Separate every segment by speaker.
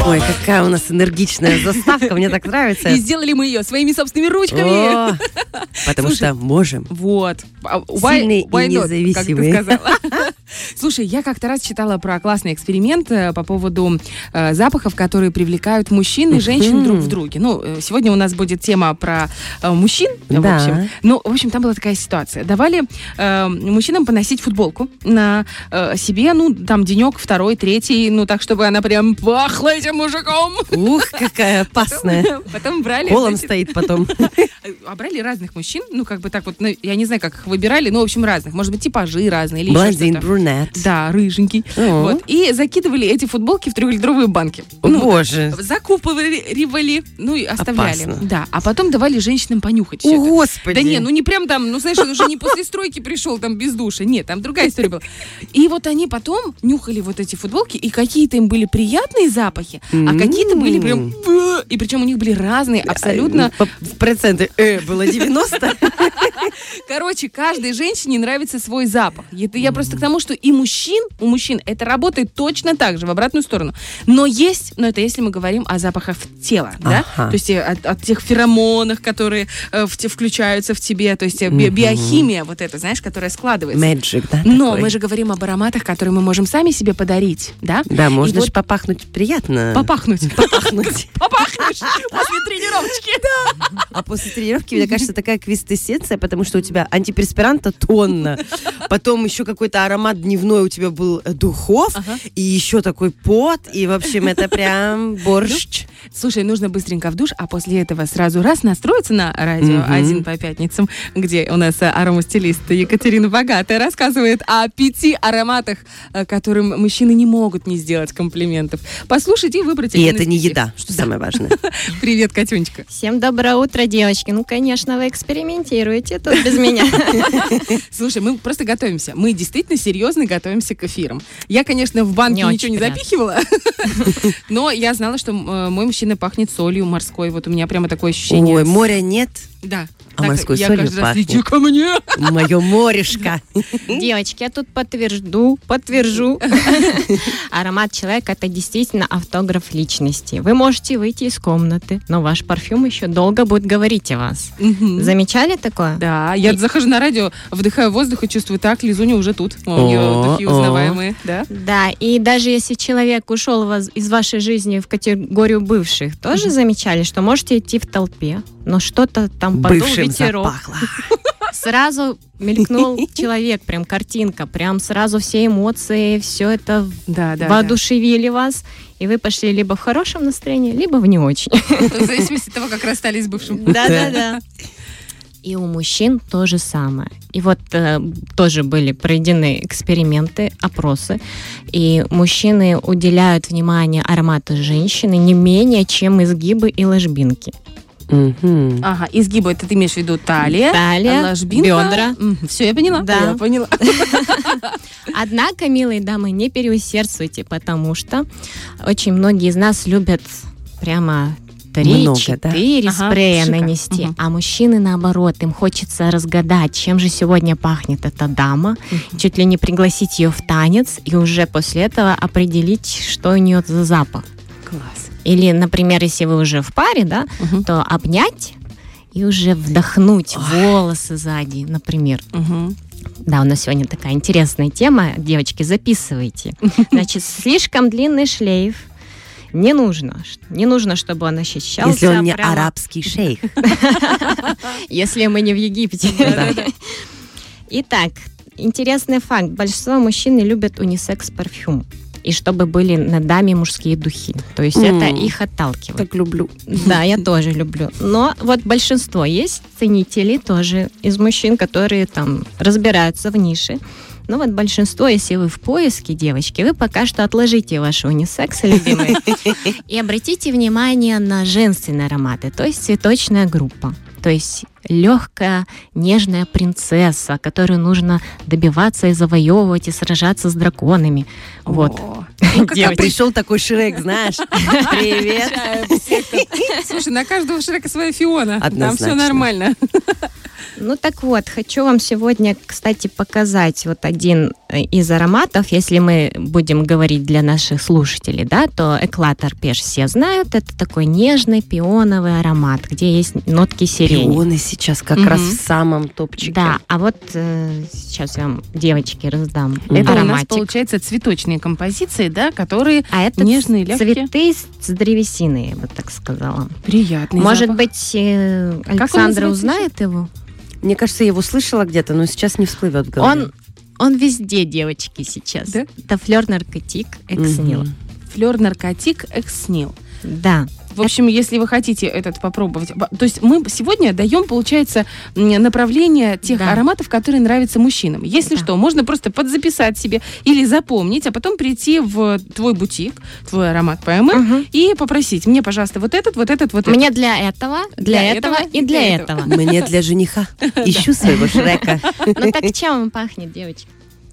Speaker 1: Ой, какая у нас энергичная заставка, мне так нравится.
Speaker 2: И сделали мы ее своими собственными ручками.
Speaker 1: Потому что можем.
Speaker 2: Вот.
Speaker 1: Сильные и независимые.
Speaker 2: Как ты сказала. Слушай, я как-то раз читала про классный эксперимент по поводу запахов, которые привлекают мужчин и женщин друг в друге. Сегодня у нас будет тема про мужчин, в общем. В общем, там была такая ситуация. Давали мужчинам поносить футболку на себе, там денек, второй, третий, так, чтобы она прям пахла этим мужиком.
Speaker 1: Ух, какая опасная.
Speaker 2: Потом брали...
Speaker 1: Колом стоит потом.
Speaker 2: А брали разных мужчин, я не знаю, как их выбирали, в общем, разных. Может быть, типажи разные или
Speaker 1: блондин,
Speaker 2: еще что-то.
Speaker 1: брюнет.
Speaker 2: Да, рыженький. Вот. И закидывали эти футболки в 3-литровые банки.
Speaker 1: Боже.
Speaker 2: Закупывали, и оставляли.
Speaker 1: Опасно.
Speaker 2: Да, а потом давали женщинам понюхать.
Speaker 1: О, Господи.
Speaker 2: Да не прям там, знаешь, он уже не после стройки пришел там без душа. Нет, там другая история была. И вот они потом нюхали вот эти футболки, и какие-то им были приятные запахи, а какие-то были прям... И причем у них были разные, абсолютно...
Speaker 1: В проценты было 90.
Speaker 2: Короче, каждой женщине нравится свой запах. Это я просто к тому, что у мужчин это работает точно так же, в обратную сторону. Но это если мы говорим о запахах тела, да? То есть от тех феромонах, которые включаются в тебе, то есть биохимия вот эта, знаешь, которая складывается.
Speaker 1: Magic, да?
Speaker 2: Но
Speaker 1: такой.
Speaker 2: мы же говорим об ароматах, которые мы можем сами себе подарить, да?
Speaker 1: Да, можно же попахнуть приятно.
Speaker 2: Попахнуть.
Speaker 1: Попахнуть.
Speaker 2: Попахнешь после тренировочки. Да.
Speaker 1: А после тренировки, мне кажется, такая квинтэссенция, потому что у тебя антиперспиранта тонна, потом еще какой-то аромат дневной у тебя был духов, и еще такой пот, и, в общем, это прям борщ.
Speaker 2: Слушай, нужно быстренько в душ, а после этого сразу настроиться на радио 1 по пятницам, где у нас аромастилист Екатерина Богатая рассказывает о 5 ароматах, которым мужчины не могут не сделать комплиментов. Послушайте и выбрать.
Speaker 1: И это не еда, что самое важное.
Speaker 2: Привет, Катюнечка.
Speaker 3: Всем доброе утро, девочки. Конечно, вы экспериментируете тут без меня.
Speaker 2: Слушай, мы просто готовимся. Мы действительно серьезно готовимся к эфирам. Я, конечно, в банке ничего не запихивала, но я знала, что мой мужчина пахнет солью морской. Вот у меня прямо такое ощущение.
Speaker 1: Ой, моря нет?
Speaker 2: Да.
Speaker 1: А морской солью
Speaker 2: я каждый раз
Speaker 1: пахнет.
Speaker 2: иди ко мне.
Speaker 1: Мое морешко.
Speaker 3: Девочки, я тут подтвержу. Аромат человека – это действительно автограф личности. Вы можете выйти из комнаты, но ваш парфюм еще долго будет говорить о вас. Замечали такое?
Speaker 2: Да, я захожу на радио, вдыхаю воздух и чувствую, так, Лизуня уже тут. У нее духи узнаваемые, да?
Speaker 3: Да, и даже если человек ушел из вашей жизни в категорию бывших, тоже замечали, что можете идти в толпе, но что-то там подул ветерок.
Speaker 1: Запахло.
Speaker 3: Сразу мелькнул человек, прям картинка, прям сразу все эмоции, все это воодушевили вас, и вы пошли либо в хорошем настроении, либо в не очень.
Speaker 2: В зависимости от того, как расстались с бывшим.
Speaker 3: Да. И у мужчин то же самое. И вот тоже были проведены эксперименты, опросы, и мужчины уделяют внимание аромату женщины не менее, чем изгибы и ложбинки.
Speaker 2: Ага, изгибы, это ты имеешь в виду талия, ложбинка,
Speaker 3: бедра.
Speaker 2: Все, я поняла.
Speaker 3: Да.
Speaker 2: Я поняла.
Speaker 3: Однако, милые дамы, не переусердствуйте, потому что очень многие из нас любят прямо 3-4 спрея нанести, а мужчины, наоборот, им хочется разгадать, чем же сегодня пахнет эта дама, чуть ли не пригласить ее в танец и уже после этого определить, что у нее за запах.
Speaker 2: Класс.
Speaker 3: Или, например, если вы уже в паре, да, то обнять и уже вдохнуть волосы сзади, например. Да, у нас сегодня такая интересная тема. Девочки, записывайте. Значит, слишком длинный шлейф не нужно. Не нужно, чтобы он ощущался.
Speaker 1: Если он не арабский шейх.
Speaker 3: Если мы не в Египте. Итак, интересный факт. Большинство мужчин любят унисекс-парфюм. И чтобы были на даме мужские духи. То есть это их отталкивает.
Speaker 1: Так люблю.
Speaker 3: Да, я тоже люблю. Но вот большинство есть ценители тоже из мужчин, которые там разбираются в нише. Ну вот большинство, если вы в поиске, девочки, вы пока что отложите ваши унисексы, любимые, и обратите внимание на женственные ароматы, то есть цветочная группа. То есть легкая, нежная принцесса, которую нужно добиваться и завоевывать, и сражаться с драконами. Вот.
Speaker 1: Пришел такой Шрек, знаешь. Привет.
Speaker 2: Слушай, на каждого Шрека своя Фиона.
Speaker 1: Однозначно.
Speaker 2: Там все нормально.
Speaker 3: Ну так вот, хочу вам сегодня, кстати, показать вот один из ароматов. Если мы будем говорить для наших слушателей, да, то Эклатор Пеш все знают. Это такой нежный пионовый аромат, где есть нотки сирени.
Speaker 1: Пионы сейчас как раз в самом топчике.
Speaker 3: Да, а вот сейчас я вам, девочки, раздам
Speaker 2: Это
Speaker 3: ароматик.
Speaker 2: у нас, получается, цветочные композиции, да, которые
Speaker 3: А это
Speaker 2: нежные, легкие.
Speaker 3: цветы с древесины, я бы так сказала.
Speaker 2: Приятный
Speaker 3: Может
Speaker 2: запах.
Speaker 3: быть, Александра узнает его?
Speaker 1: Мне кажется, я его слышала где-то, но сейчас не всплывет в голове.
Speaker 3: Он везде, девочки, сейчас.
Speaker 2: Да?
Speaker 3: Это Fleur Narcotique Экснил.
Speaker 2: Fleur Narcotique Экснил.
Speaker 3: Да.
Speaker 2: В общем, если вы хотите этот попробовать... То есть мы сегодня даем, получается, направление тех ароматов, которые нравятся мужчинам. Если что, можно просто подзаписать себе или запомнить, а потом прийти в твой бутик, твой аромат ПМ, и попросить: мне, пожалуйста, вот этот.
Speaker 3: Мне для этого и для этого.
Speaker 1: Мне для жениха. Ищу своего Шрека.
Speaker 3: Ну так чем он пахнет, девочки?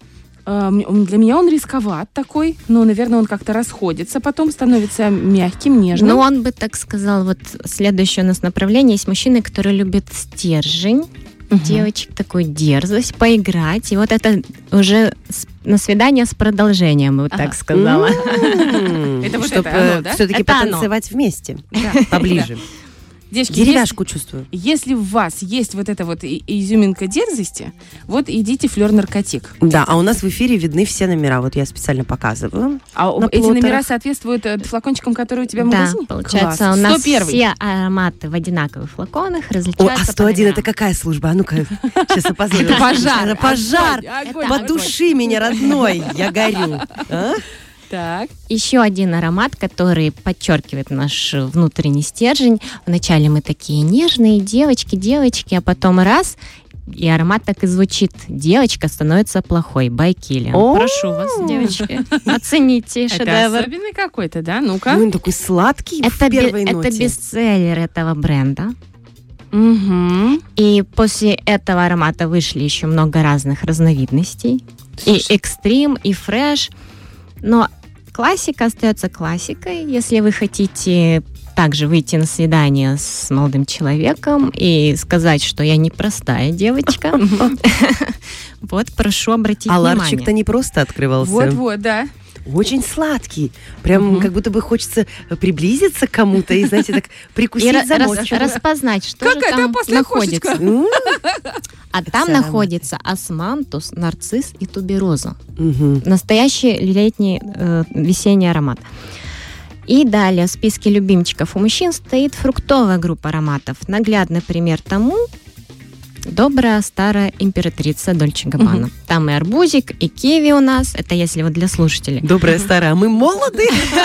Speaker 2: Для меня он рисковат такой, но, наверное, он как-то расходится, потом становится мягким, нежным.
Speaker 3: Ну, он бы так сказал, вот следующее у нас направление. Есть мужчины, которые любят стержень, девочек, такую дерзость, поиграть. И вот это уже на свидание с продолжением, вот так сказала.
Speaker 2: Это вот это оно, да?
Speaker 1: Все-таки потанцевать вместе, поближе.
Speaker 2: Девочки,
Speaker 1: деревяшку чувствую.
Speaker 2: Если в вас есть вот эта вот изюминка дерзости, вот идите Fleur Narcotique.
Speaker 1: Да, а у нас в эфире видны все номера. Вот я специально показываю.
Speaker 2: А эти номера соответствуют флакончикам, которые у тебя в магазине?
Speaker 3: Да, получается, у нас все ароматы в одинаковых флаконах различаются.
Speaker 1: А 101 это какая служба? А ну-ка, сейчас опозорю.
Speaker 2: Это пожар.
Speaker 1: Это пожар. Подуши меня, родной. Я горю.
Speaker 2: Так.
Speaker 3: Еще один аромат, который подчеркивает наш внутренний стержень. Вначале мы такие нежные девочки, а потом раз, и аромат так и звучит. Девочка становится плохой. By Kilian. Прошу вас, девочки, оцените шедевр.
Speaker 2: Это особенный какой-то, да? Ну-ка.
Speaker 1: Он такой сладкий в первой ноте.
Speaker 3: Это бестселлер этого бренда.
Speaker 2: Угу.
Speaker 3: И после этого аромата вышли еще много разных разновидностей. И экстрим, и фреш. Но классика остается классикой. Если вы хотите также выйти на свидание с молодым человеком и сказать, что я непростая девочка, вот, прошу обратить внимание.
Speaker 1: А ларчик-то не просто открывался.
Speaker 2: Вот, да.
Speaker 1: Очень сладкий. Прям как будто бы хочется приблизиться к кому-то и, знаете, так прикусить замочек.
Speaker 3: Распознать, что же там находится. А там находится османтус, нарцисс и тубероза. Настоящий летний весенний аромат. И далее в списке любимчиков у мужчин стоит фруктовая группа ароматов. Наглядный пример тому добрая старая императрица Дольче Габбана. Там и арбузик, и киви у нас. Это если вот для слушателей.
Speaker 1: Добрая старая, а мы молоды.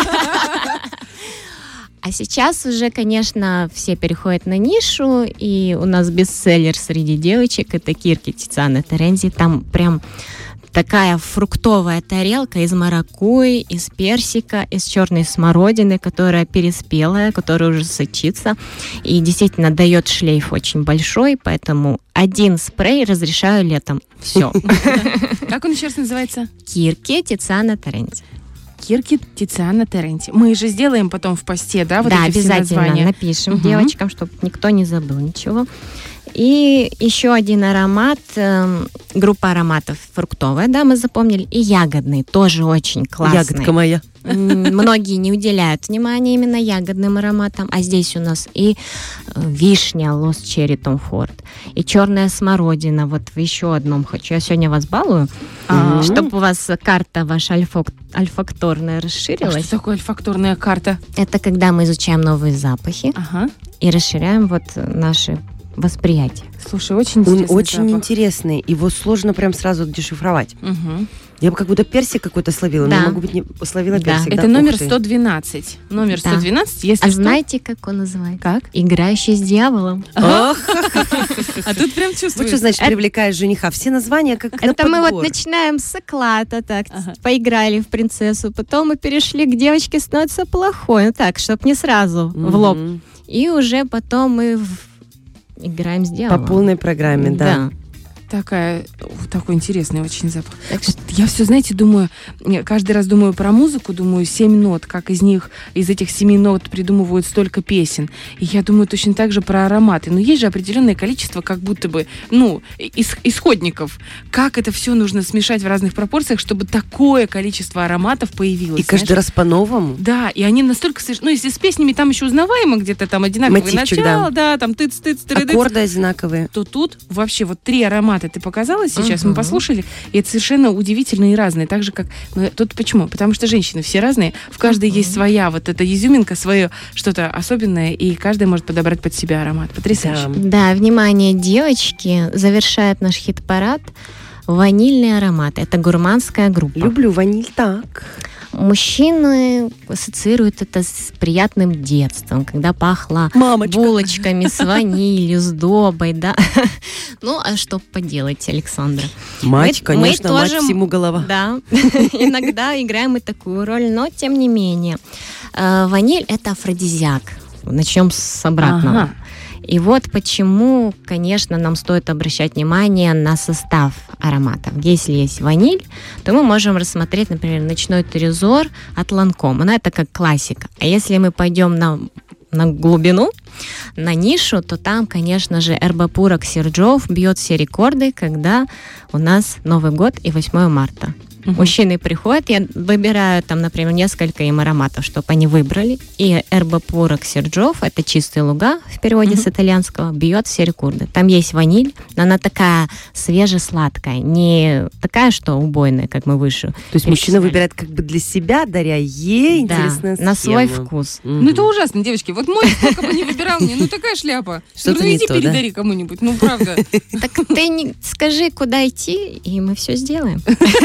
Speaker 3: А сейчас уже, конечно, все переходят на нишу, и у нас бестселлер среди девочек — это Кирки Тициано Терензи. Там прям такая фруктовая тарелка из маракуйи, из персика, из черной смородины, которая переспелая, которая уже сочится. И действительно дает шлейф очень большой, поэтому один спрей разрешаю летом. Все.
Speaker 2: Как он еще раз называется?
Speaker 3: Кирки Тициано Терензи.
Speaker 2: Кирки Тициано Терензи. Мы же сделаем потом в посте, да, вот
Speaker 3: да,
Speaker 2: эти все
Speaker 3: обязательно
Speaker 2: названия.
Speaker 3: Напишем девочкам, чтобы никто не забыл ничего. И еще один аромат, группа ароматов фруктовая, да, мы запомнили, и ягодный, тоже очень классный.
Speaker 1: Ягодка моя.
Speaker 3: Многие не уделяют внимания именно ягодным ароматам, а здесь у нас и вишня Lost Cherry Tom Ford, и черная смородина. Вот в еще одном хочу. Я сегодня вас балую, чтобы у вас карта ваша альфакторная расширилась.
Speaker 2: А что такое альфакторная карта?
Speaker 3: Это когда мы изучаем новые запахи и расширяем вот наши восприятие.
Speaker 2: Слушай, очень интересный
Speaker 1: Он очень
Speaker 2: запах.
Speaker 1: Интересный. Его сложно прям сразу дешифровать.
Speaker 2: Угу.
Speaker 1: Я бы как будто персик какой-то словила,
Speaker 3: да.
Speaker 1: но могу быть не словила персик.
Speaker 2: Это номер 112. Номер 112, если
Speaker 3: А
Speaker 2: что...
Speaker 3: знаете, как он называется?
Speaker 2: Как?
Speaker 3: «Играющий с дьяволом».
Speaker 2: А тут прям чувствуется.
Speaker 1: Вот что значит привлекаешь жениха. Все названия как на
Speaker 3: Это мы
Speaker 1: подбор.
Speaker 3: вот начинаем с эклата, так, поиграли в принцессу, потом мы перешли к девочке становится плохой, ну так, чтобы не сразу в лоб. И уже потом мы играем с дьяволом.
Speaker 1: По полной программе, да.
Speaker 2: Такой интересный очень запах. Я все, знаете, думаю, каждый раз думаю про музыку, думаю, 7 нот, как из этих 7 нот придумывают столько песен. И я думаю точно так же про ароматы. Но есть же определенное количество, как будто бы, исходников. Как это все нужно смешать в разных пропорциях, чтобы такое количество ароматов появилось.
Speaker 1: И каждый раз по-новому.
Speaker 2: Да, и они настолько... если с песнями там еще узнаваемо, где-то там одинаковые начала, да, там тыц-тыц,
Speaker 1: аккорды одинаковые.
Speaker 2: То тут вообще вот 3 аромата ты показала сейчас, мы послушали, и это совершенно удивительно и разные. Так же, как... Тут почему? Потому что женщины все разные, в каждой есть своя вот эта изюминка, свое что-то особенное, и каждая может подобрать под себя аромат. Потрясающе.
Speaker 3: Да, внимание, девочки, завершает наш хит-парад ванильный аромат. Это гурманская группа.
Speaker 1: Люблю ваниль так.
Speaker 3: Мужчины ассоциируют это с приятным детством, когда пахло булочками с ванилью, с добой, да. Ну, а что поделать, Александра?
Speaker 1: Мать, конечно, мать всему голова.
Speaker 3: Да, иногда играем мы такую роль, но тем не менее. Ваниль – это афродизиак. Начнем с обратного. И вот почему, конечно, нам стоит обращать внимание на состав ароматов. Если есть ваниль, то мы можем рассмотреть, например, ночной трезор от Lancôme. Она это как классика. А если мы пойдем на глубину, на нишу, то там, конечно же, Herbapur Xerjoff бьет все рекорды, когда у нас Новый год и 8 марта. Мужчины приходят, я выбираю там, например, несколько им ароматов, чтобы они выбрали. И Herbapur Xerjoff, это чистые луга в переводе с итальянского, бьет все рекорды. Там есть ваниль, но она такая свеже-сладкая, не такая, что убойная, как мы выше.
Speaker 1: То есть мужчина выбирает как бы для себя, даря ей интересную схему.
Speaker 3: На свой вкус.
Speaker 2: Ну это ужасно, девочки. Вот мой сколько бы не выбирал мне, такая шляпа.
Speaker 1: Что-то не
Speaker 2: иди
Speaker 1: то,
Speaker 2: передари кому-нибудь, правда.
Speaker 3: Так ты скажи, куда идти, и мы все сделаем.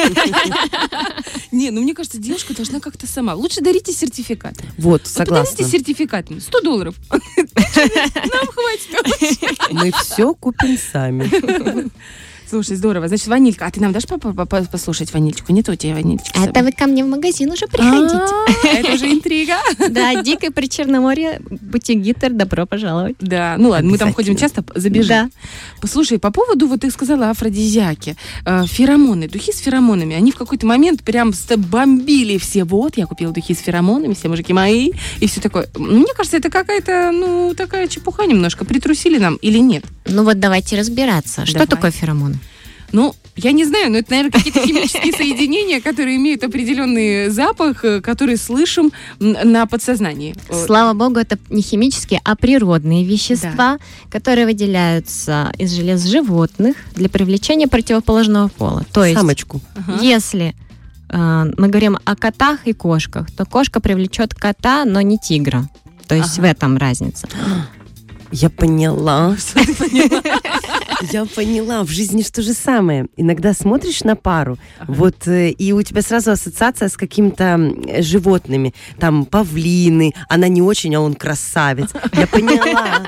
Speaker 2: Не, мне кажется, девушка должна как-то сама. Лучше дарите сертификат.
Speaker 1: Вот, согласна.
Speaker 2: Подарите сертификат. $100. Нам хватит.
Speaker 1: Мы все купим сами.
Speaker 2: Слушай, здорово. Значит, ванилька. А ты нам дашь послушать ванильчику? Нет у тебя ванильчика?
Speaker 3: Это вы ко мне в магазин уже приходите.
Speaker 2: Это уже интрига.
Speaker 3: Да, Дикое при Черноморье, бутик Гиттер, добро пожаловать.
Speaker 2: Да, ну ладно, мы там ходим часто, забежим.
Speaker 3: Да.
Speaker 2: Послушай, по поводу, вот ты сказала, афродизиаки, феромоны, духи с феромонами, они в какой-то момент прям бомбили все. Вот, я купила духи с феромонами, все мужики мои, и все такое. Мне кажется, это какая-то, такая чепуха немножко. Притрусили нам или нет?
Speaker 3: Ну вот давайте разбираться. Что такое феромоны?
Speaker 2: Я не знаю, но это, наверное, какие-то химические соединения, которые имеют определенный запах, который слышим на подсознании.
Speaker 3: Слава богу, это не химические, а природные вещества, которые выделяются из желез животных для привлечения противоположного пола. То есть,
Speaker 1: самочку.
Speaker 3: Если мы говорим о котах и кошках, то кошка привлечет кота, но не тигра. То есть в этом разница.
Speaker 1: Я поняла. Я поняла. В жизни что же самое. Иногда смотришь на пару, и у тебя сразу ассоциация с какими-то животными. Там павлины, она не очень, а он красавец. Я поняла.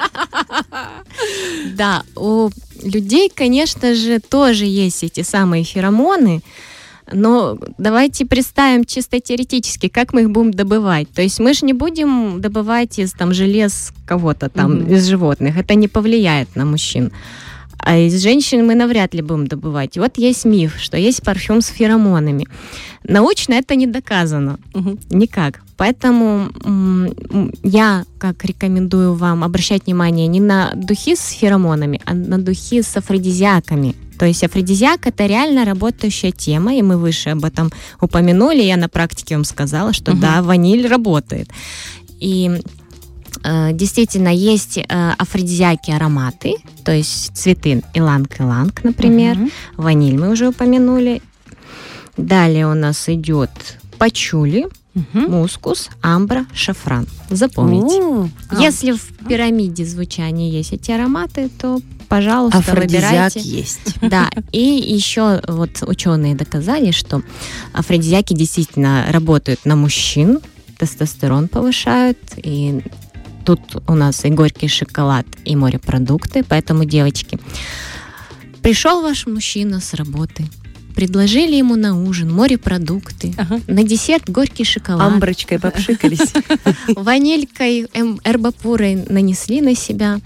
Speaker 3: Да, у людей, конечно же, тоже есть эти самые феромоны. Но давайте представим чисто теоретически, как мы их будем добывать. То есть мы же не будем добывать из желез кого-то там, из животных. Это не повлияет на мужчин. А из женщин мы навряд ли будем добывать. И вот есть миф, что есть парфюм с феромонами. Научно это не доказано. Никак. Поэтому я как рекомендую вам обращать внимание не на духи с феромонами, а на духи с афродизиаками. То есть афродизиак – это реально работающая тема, и мы выше об этом упомянули. Я на практике вам сказала, что да, ваниль работает. И действительно есть афродизиаки-ароматы, то есть цветы иланг-иланг, например. Ваниль мы уже упомянули. Далее у нас идет пачули, мускус, амбра, шафран. Запомните. Если в пирамиде звучания есть эти ароматы, то, пожалуйста,
Speaker 1: афродизиак
Speaker 3: выбирайте.
Speaker 1: есть.
Speaker 3: Да, и еще ученые доказали, что афродизиаки действительно работают на мужчин, тестостерон повышают, и тут у нас и горький шоколад, и морепродукты, поэтому, девочки, пришел ваш мужчина с работы, предложили ему на ужин морепродукты, на десерт горький шоколад.
Speaker 1: Амброчкой попшикались.
Speaker 3: Ванилькой, эрбапурой нанесли на себя.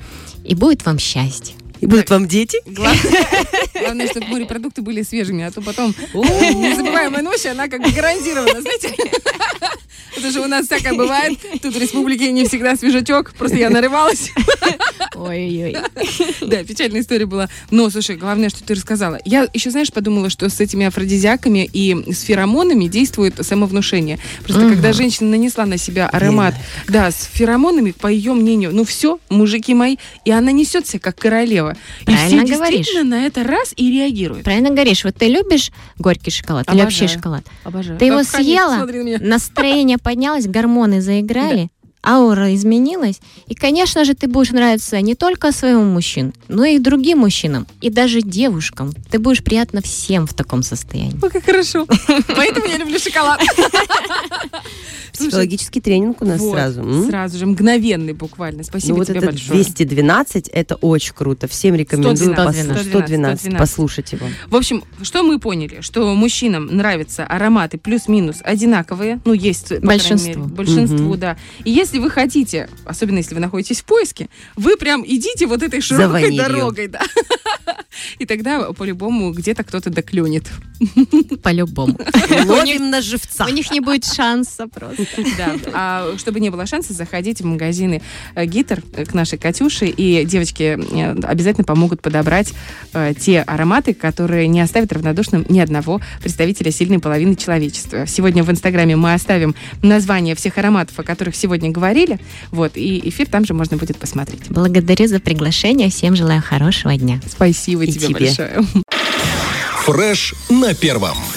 Speaker 3: И будет вам счастье.
Speaker 1: И будут вам дети?
Speaker 2: Главное, чтобы морепродукты были свежими, а то потом незабываемая ночь, она как бы гарантирована, знаете? Это же у нас всякое бывает. Тут в республике не всегда свежачок, просто я нарывалась.
Speaker 3: Ой-ой-ой.
Speaker 2: Да, печальная история была. Но, слушай, главное, что ты рассказала. Я еще, знаешь, подумала, что с этими афродизиаками и с феромонами действует самовнушение. Просто когда женщина нанесла на себя аромат, да, с феромонами, по ее мнению, ну все, мужики мои, и она несется как королева.
Speaker 3: Правильно
Speaker 2: и все
Speaker 3: говоришь.
Speaker 2: действительно на это раз и реагируют.
Speaker 3: Правильно говоришь. Вот ты любишь горький шоколад или вообще шоколад?
Speaker 2: Обожаю.
Speaker 3: Ты его
Speaker 2: Конечно,
Speaker 3: съела,
Speaker 2: смотри на меня.
Speaker 3: настроение поднялось, гормоны заиграли, аура изменилась. И, конечно же, ты будешь нравиться не только своему мужчине, но и другим мужчинам, и даже девушкам. Ты будешь приятна всем в таком состоянии.
Speaker 2: Ой, как хорошо. Поэтому я люблю шоколад.
Speaker 1: Психологический тренинг у нас
Speaker 2: Вот,
Speaker 1: сразу.
Speaker 2: сразу же, мгновенный буквально. Спасибо
Speaker 1: Вот
Speaker 2: тебе
Speaker 1: это
Speaker 2: большое.
Speaker 1: 212, это очень круто. Всем рекомендую
Speaker 2: 112.
Speaker 1: 112, послушать его.
Speaker 2: В общем, что мы поняли? Что мужчинам нравятся ароматы плюс-минус одинаковые. Ну, есть, по крайней мере, большинству, да. И если вы хотите, особенно если вы находитесь в поиске, вы прям идите вот этой широкой дорогой, да. И тогда, по-любому, где-то кто-то доклюнет.
Speaker 3: По-любому.
Speaker 1: Ловим на живца.
Speaker 3: У них не будет шанса просто.
Speaker 2: Да. А чтобы не было шанса, заходите в магазины Гиттер к нашей Катюше, и девочки обязательно помогут подобрать те ароматы, которые не оставят равнодушным ни одного представителя сильной половины человечества. Сегодня в Инстаграме мы оставим название всех ароматов, о которых сегодня говорили. Вот, и эфир там же можно будет посмотреть.
Speaker 3: Благодарю за приглашение. Всем желаю хорошего дня.
Speaker 2: Спасибо тебе большое.
Speaker 4: Фреш на первом.